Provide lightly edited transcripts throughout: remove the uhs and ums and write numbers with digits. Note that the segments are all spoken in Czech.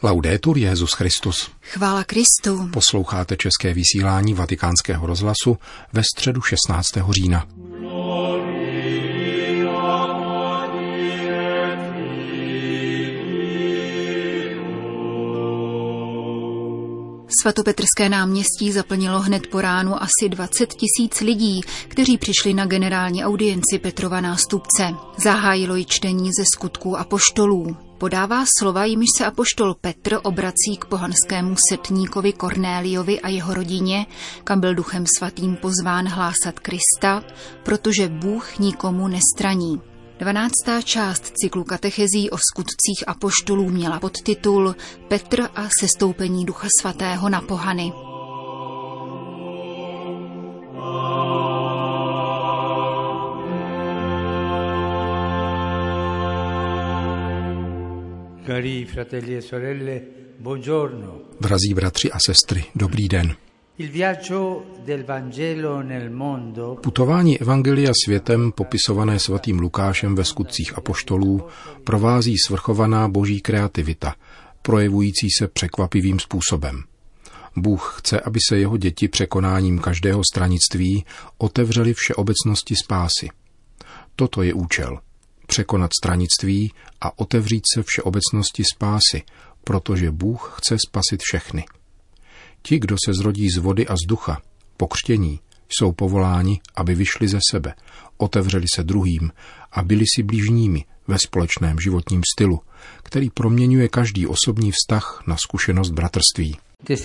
Laudetur Jesus Christus. Chvála Kristu. Posloucháte české vysílání Vatikánského rozhlasu ve středu 16. října. Svatopetrské náměstí zaplnilo hned po ránu asi 20 000 lidí, kteří přišli na generální audienci Petrova nástupce. Zahájilo ji čtení ze Skutků apoštolů. Podává slova, jimiž se apoštol Petr obrací k pohanskému setníkovi Kornéliovi a jeho rodině, kam byl Duchem svatým pozván hlásat Krista, protože Bůh nikomu nestraní. 12. část cyklu katechezí o skutcích apoštolů měla podtitul Petr a sestoupení Ducha svatého na pohany. Cari fratelli e sorelle, buongiorno. Drazí bratři a sestry, dobrý den. Putování evangelia světem, popisované svatým Lukášem ve Skutcích apoštolů, provází svrchovaná boží kreativita, projevující se překvapivým způsobem. Bůh chce, aby se jeho děti překonáním každého stranictví otevřely všeobecnosti spásy. Toto je účel. Překonat stranictví a otevřít se všeobecnosti spásy, protože Bůh chce spasit všechny. Ti, kdo se zrodí z vody a z ducha, po křtění, jsou povoláni, aby vyšli ze sebe, otevřeli se druhým a byli si bližními ve společném životním stylu, který proměňuje každý osobní vztah na zkušenost bratrství.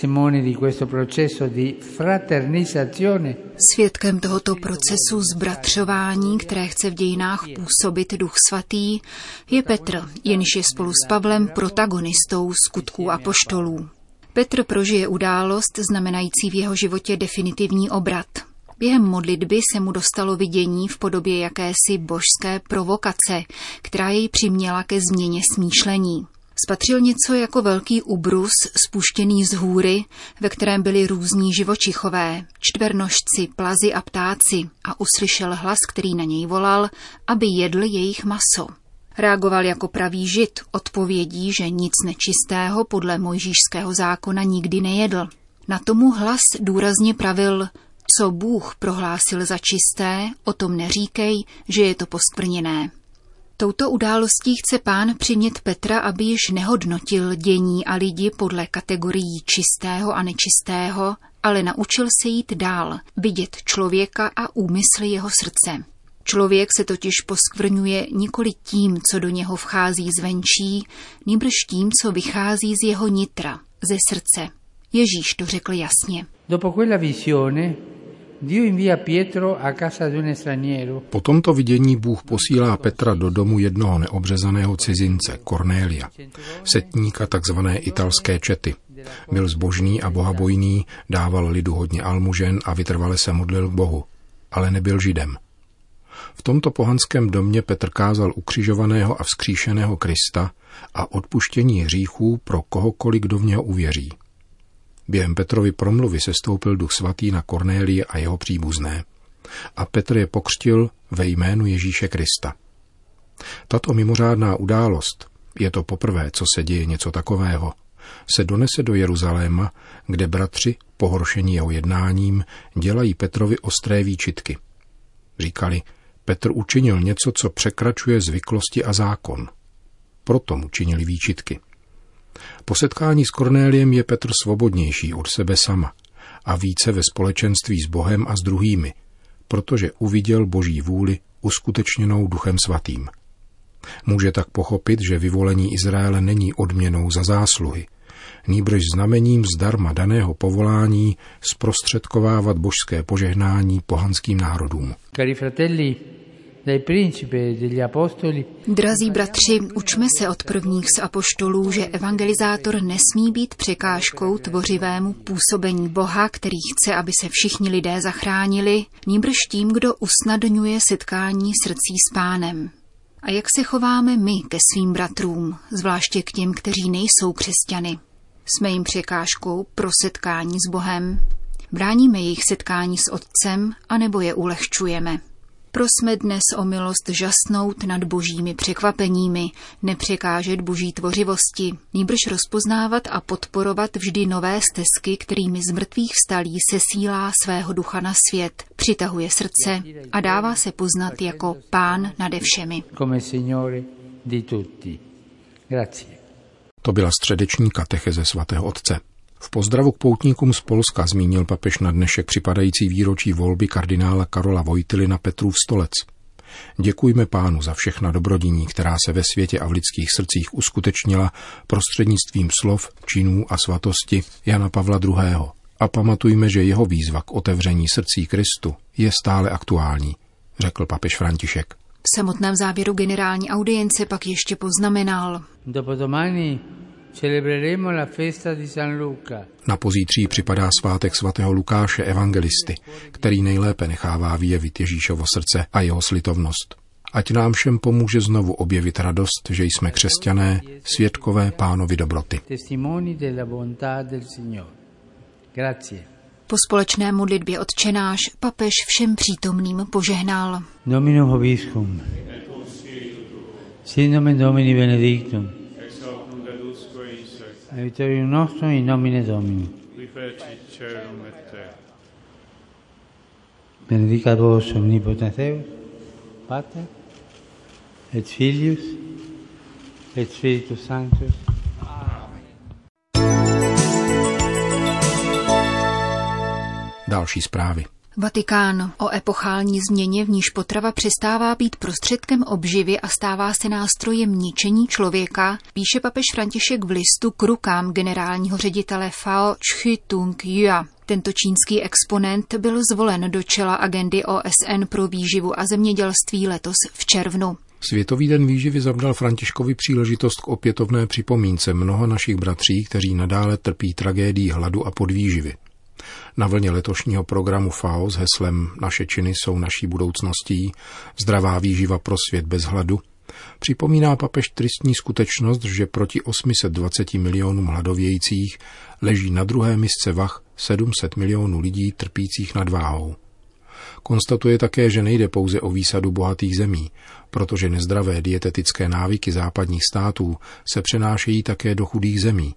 Svědkem tohoto procesu zbratřování, které chce v dějinách působit Duch svatý, je Petr, jenž je spolu s Pavlem protagonistou Skutků apoštolů. Petr prožije událost znamenající v jeho životě definitivní obrat. Během modlitby se mu dostalo vidění v podobě jakési božské provokace, která jej přiměla ke změně smýšlení. Spatřil něco jako velký ubrus spuštěný z hůry, ve kterém byli různí živočichové, čtvernožci, plazi a ptáci, a uslyšel hlas, který na něj volal, aby jedl jejich maso. Reagoval jako pravý žid odpovědí, že nic nečistého podle mojžíšského zákona nikdy nejedl. Na tomu hlas důrazně pravil: co Bůh prohlásil za čisté, o tom neříkej, že je to poskvrněné. Touto událostí chce Pán přimět Petra, aby již nehodnotil dění a lidi podle kategorií čistého a nečistého, ale naučil se jít dál, vidět člověka a úmysly jeho srdce. Člověk se totiž poskvrňuje nikoli tím, co do něho vchází zvenčí, nýbrž tím, co vychází z jeho nitra, ze srdce. Ježíš to řekl jasně. Po tomto vidění Bůh posílá Petra do domu jednoho neobřezaného cizince, Kornélia, setníka takzvané italské čety. Byl zbožný a bohabojný, dával lidu hodně almužen a vytrvale se modlil k Bohu, ale nebyl Židem. V tomto pohanském domě Petr kázal ukřižovaného a vzkříšeného Krista a odpuštění hříchů pro kohokoliv, kdo v něho uvěří. Během Petrovy promluvy sestoupil Duch svatý na Kornélie a jeho příbuzné. A Petr je pokřtil ve jménu Ježíše Krista. Tato mimořádná událost, je to poprvé, co se děje něco takového, se donese do Jeruzaléma, kde bratři, pohoršení jeho jednáním, dělají Petrovi ostré výčitky. Říkali: Petr učinil něco, co překračuje zvyklosti a zákon. Proto mu činili výčitky. Po setkání s Kornéliem je Petr svobodnější od sebe sama a více ve společenství s Bohem a s druhými, protože uviděl Boží vůli uskutečněnou Duchem svatým. Může tak pochopit, že vyvolení Izraele není odměnou za zásluhy, nýbrž znamením zdarma daného povolání zprostředkovávat božské požehnání pohanským národům. Drazí bratři, učme se od prvních z apoštolů, že evangelizátor nesmí být překážkou tvořivému působení Boha, který chce, aby se všichni lidé zachránili, nýbrž tím, kdo usnadňuje setkání srdcí s Pánem. A jak se chováme my ke svým bratrům, zvláště k těm, kteří nejsou křesťany? Jsme jim překážkou pro setkání s Bohem? Bráníme jejich setkání s Otcem, anebo je ulehčujeme? Prosme dnes o milost žasnout nad božími překvapeními, nepřekážet boží tvořivosti, nýbrž rozpoznávat a podporovat vždy nové stezky, kterými z mrtvých vstalí sesílá svého ducha na svět, přitahuje srdce a dává se poznat jako Pán nade všemi. To byla středeční katecheze svatého otce. V pozdravu k poutníkům z Polska zmínil papež na dnešek připadající výročí volby kardinála Karola Wojtyly na Petrův stolec. Děkujme Pánu za všechna dobrodiní, která se ve světě a v lidských srdcích uskutečnila prostřednictvím slov, činů a svatosti Jana Pavla II. A pamatujme, že jeho výzva k otevření srdcí Kristu je stále aktuální, řekl papež František. V samotném závěru generální audience pak ještě poznamenal: Na pozítří připadá svátek svatého Lukáše evangelisty, který nejlépe nechává vyjevit Ježíšovo srdce a jeho slitovnost. Ať nám všem pomůže znovu objevit radost, že jsme křesťané, svědkové Pánovy dobroty. Po společné modlitbě Otčenáš papež všem přítomným požehnal. Dominum vobiscum. Sit nomen Domini benedictum. Aiutorium nostrum in nomine Domini. Benedicat vos omnipotens Deus, Pater, et Filius, et Spiritus Sanctus. Další zprávy. Vatikán. O epochální změně, v níž potrava přestává být prostředkem obživy a stává se nástrojem ničení člověka, píše papež František v listu k rukám generálního ředitele FAO Chih-tung Jua. Tento čínský exponent byl zvolen do čela agendy OSN pro výživu a zemědělství letos v červnu. Světový den výživy zavdal Františkovi příležitost k opětovné připomínce mnoha našich bratří, kteří nadále trpí tragédií hladu a podvýživy. Na vlně letošního programu FAO s heslem Naše činy jsou naší budoucností, zdravá výživa pro svět bez hladu, připomíná papež tristní skutečnost, že proti 820 milionům hladovějících leží na druhé misce vah 700 milionů lidí trpících nadváhou. Konstatuje také, že nejde pouze o výsadu bohatých zemí, protože nezdravé dietetické návyky západních států se přenášejí také do chudých zemí.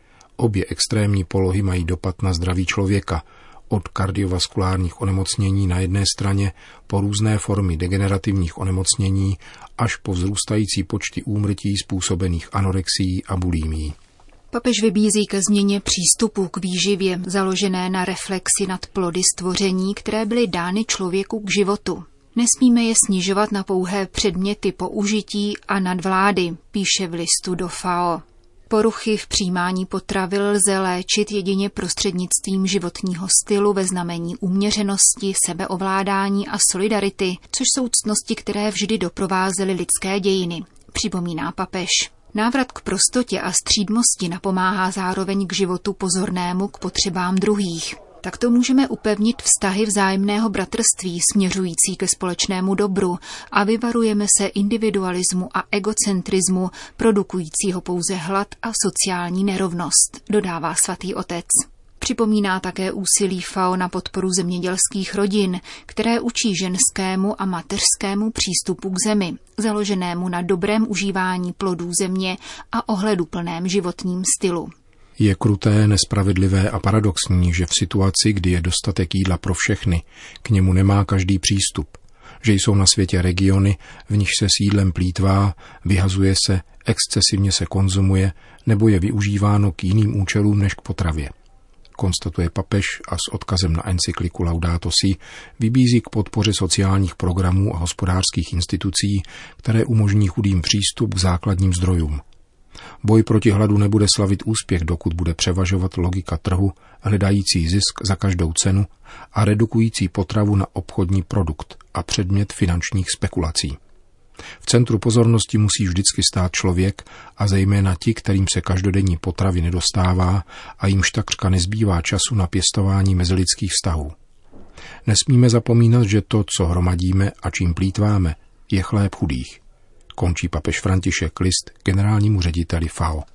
Obě extrémní polohy mají dopad na zdraví člověka, od kardiovaskulárních onemocnění na jedné straně po různé formy degenerativních onemocnění až po vzrůstající počty úmrtí způsobených anorexií a bulimií. Papež vybízí ke změně přístupu k výživě, založené na reflexi nad plody stvoření, které byly dány člověku k životu. Nesmíme je snižovat na pouhé předměty použití a nadvlády, píše v listu do FAO. Poruchy v přijímání potravy lze léčit jedině prostřednictvím životního stylu ve znamení uměřenosti, sebeovládání a solidarity, což jsou ctnosti, které vždy doprovázely lidské dějiny, připomíná papež. Návrat k prostotě a střídmosti napomáhá zároveň k životu pozornému k potřebám druhých. Takto můžeme upevnit vztahy vzájemného bratrství směřující ke společnému dobru a vyvarujeme se individualismu a egocentrismu, produkujícího pouze hlad a sociální nerovnost, dodává svatý otec. Připomíná také úsilí FAO na podporu zemědělských rodin, které učí ženskému a mateřskému přístupu k zemi, založenému na dobrém užívání plodů země a ohleduplném životním stylu. Je kruté, nespravedlivé a paradoxní, že v situaci, kdy je dostatek jídla pro všechny, k němu nemá každý přístup, že jsou na světě regiony, v nichž se s jídlem plýtvá, vyhazuje se, excesivně se konzumuje nebo je využíváno k jiným účelům než k potravě. Konstatuje papež a s odkazem na encykliku Laudato Si vybízí k podpoře sociálních programů a hospodářských institucí, které umožní chudým přístup k základním zdrojům. Boj proti hladu nebude slavit úspěch, dokud bude převažovat logika trhu, hledající zisk za každou cenu a redukující potravu na obchodní produkt a předmět finančních spekulací. V centru pozornosti musí vždycky stát člověk a zejména ti, kterým se každodenní potravy nedostává a jimž takřka nezbývá času na pěstování mezilidských vztahů. Nesmíme zapomínat, že to, co hromadíme a čím plýtváme, je chléb chudých. Končí papež František list generálnímu řediteli FAO.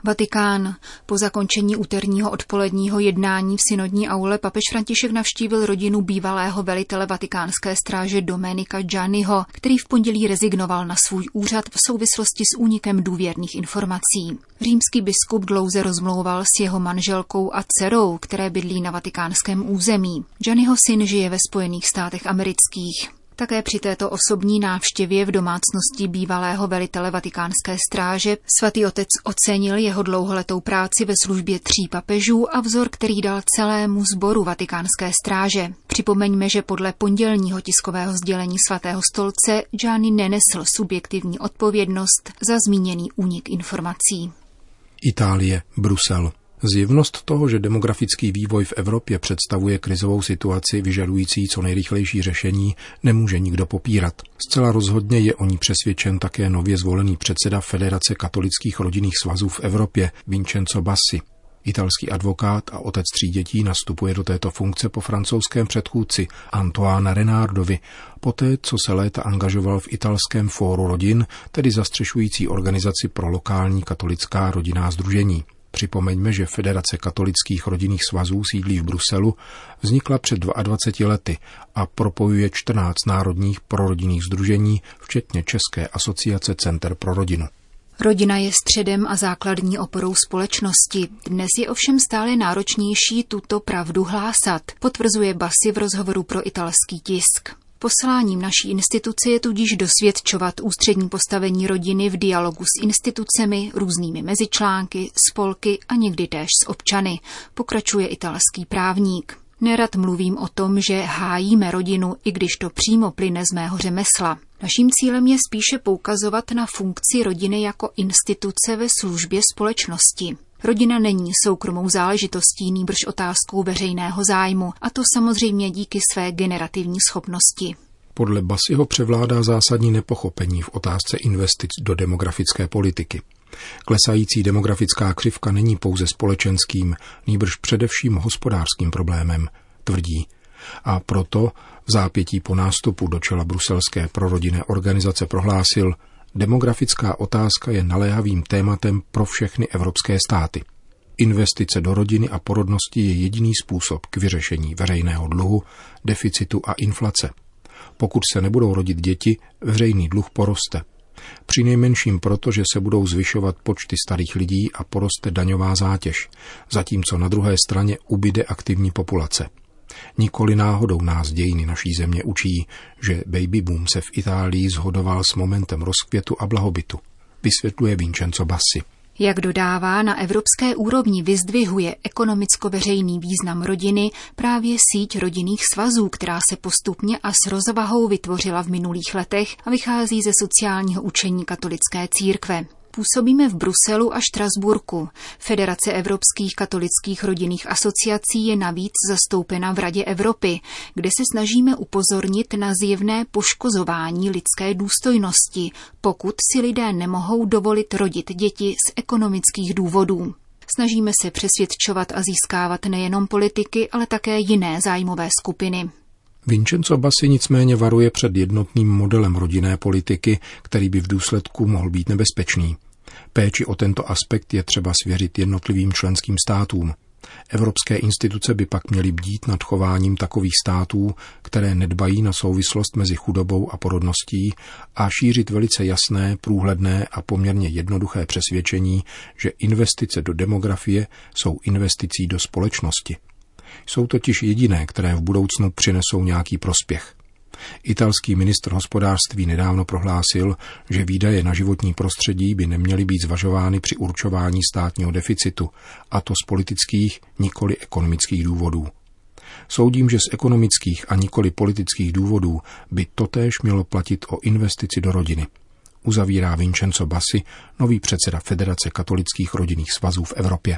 Vatikán. Po zakončení úterního odpoledního jednání v synodní aule papež František navštívil rodinu bývalého velitele vatikánské stráže Domenica Gianniho, který v pondělí rezignoval na svůj úřad v souvislosti s únikem důvěrných informací. Římský biskup dlouze rozmlouval s jeho manželkou a dcerou, které bydlí na vatikánském území. Gianniho syn žije ve Spojených státech amerických. Také při této osobní návštěvě v domácnosti bývalého velitele vatikánské stráže svatý otec ocenil jeho dlouholetou práci ve službě 3 papežů a vzor, který dal celému sboru vatikánské stráže. Připomeňme, že podle pondělního tiskového sdělení svatého stolce Gianni nenesl subjektivní odpovědnost za zmíněný únik informací. Itálie, Brusel. Zjevnost toho, že demografický vývoj v Evropě představuje krizovou situaci vyžadující co nejrychlejší řešení, nemůže nikdo popírat. Zcela rozhodně je o ní přesvědčen také nově zvolený předseda Federace katolických rodinných svazů v Evropě, Vincenzo Bassi. Italský advokát a otec 3 dětí nastupuje do této funkce po francouzském předchůdci Antoine Renardovi, poté co se léta angažoval v italském fóru rodin, tedy zastřešující organizaci pro lokální katolická rodinná sdružení. Připomeňme, že Federace katolických rodinných svazů sídlí v Bruselu, vznikla před 22 lety a propojuje 14 národních prorodinných sdružení, včetně České asociace Center pro rodinu. Rodina je středem a základní oporou společnosti. Dnes je ovšem stále náročnější tuto pravdu hlásat, potvrzuje Bassi v rozhovoru pro italský tisk. Posláním naší instituce je tudíž dosvědčovat ústřední postavení rodiny v dialogu s institucemi, různými mezičlánky, spolky a někdy též s občany, pokračuje italský právník. Nerad mluvím o tom, že hájíme rodinu, i když to přímo plyne z mého řemesla. Naším cílem je spíše poukazovat na funkci rodiny jako instituce ve službě společnosti. Rodina není soukromou záležitostí, nýbrž otázkou veřejného zájmu, a to samozřejmě díky své generativní schopnosti. Podle Bassiho převládá zásadní nepochopení v otázce investic do demografické politiky. Klesající demografická křivka není pouze společenským, nýbrž především hospodářským problémem, tvrdí. A proto v zápětí po nástupu do čela bruselské prorodinné organizace prohlásil: demografická otázka je naléhavým tématem pro všechny evropské státy. Investice do rodiny a porodnosti je jediný způsob k vyřešení veřejného dluhu, deficitu a inflace. Pokud se nebudou rodit děti, veřejný dluh poroste. Přinejmenším proto, že se budou zvyšovat počty starých lidí a poroste daňová zátěž, zatímco na druhé straně ubyde aktivní populace. Nikoli náhodou nás dějiny naší země učí, že baby boom se v Itálii shodoval s momentem rozkvětu a blahobytu, vysvětluje Vincenzo Bassi. Jak dodává, na evropské úrovni vyzdvihuje ekonomicko-veřejný význam rodiny právě síť rodinných svazů, která se postupně a s rozvahou vytvořila v minulých letech a vychází ze sociálního učení katolické církve. Působíme v Bruselu a Štrasburku. Federace evropských katolických rodinných asociací je navíc zastoupena v Radě Evropy, kde se snažíme upozornit na zjevné poškozování lidské důstojnosti, pokud si lidé nemohou dovolit rodit děti z ekonomických důvodů. Snažíme se přesvědčovat a získávat nejenom politiky, ale také jiné zájmové skupiny. Vincenzo Bassi nicméně varuje před jednotným modelem rodinné politiky, který by v důsledku mohl být nebezpečný. Péči o tento aspekt je třeba svěřit jednotlivým členským státům. Evropské instituce by pak měly bdít nad chováním takových států, které nedbají na souvislost mezi chudobou a porodností, a šířit velice jasné, průhledné a poměrně jednoduché přesvědčení, že investice do demografie jsou investicí do společnosti. Jsou totiž jediné, které v budoucnu přinesou nějaký prospěch. Italský ministr hospodářství nedávno prohlásil, že výdaje na životní prostředí by neměly být zvažovány při určování státního deficitu, a to z politických, nikoli ekonomických důvodů. Soudím, že z ekonomických a nikoli politických důvodů by totéž mělo platit o investici do rodiny. Uzavírá Vincenzo Bassi, nový předseda Federace katolických rodinných svazů v Evropě.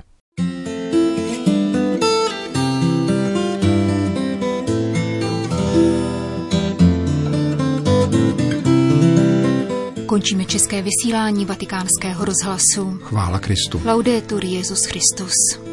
Končíme české vysílání Vatikánského rozhlasu. Chvála Kristu. Laudetur Jesus Christus.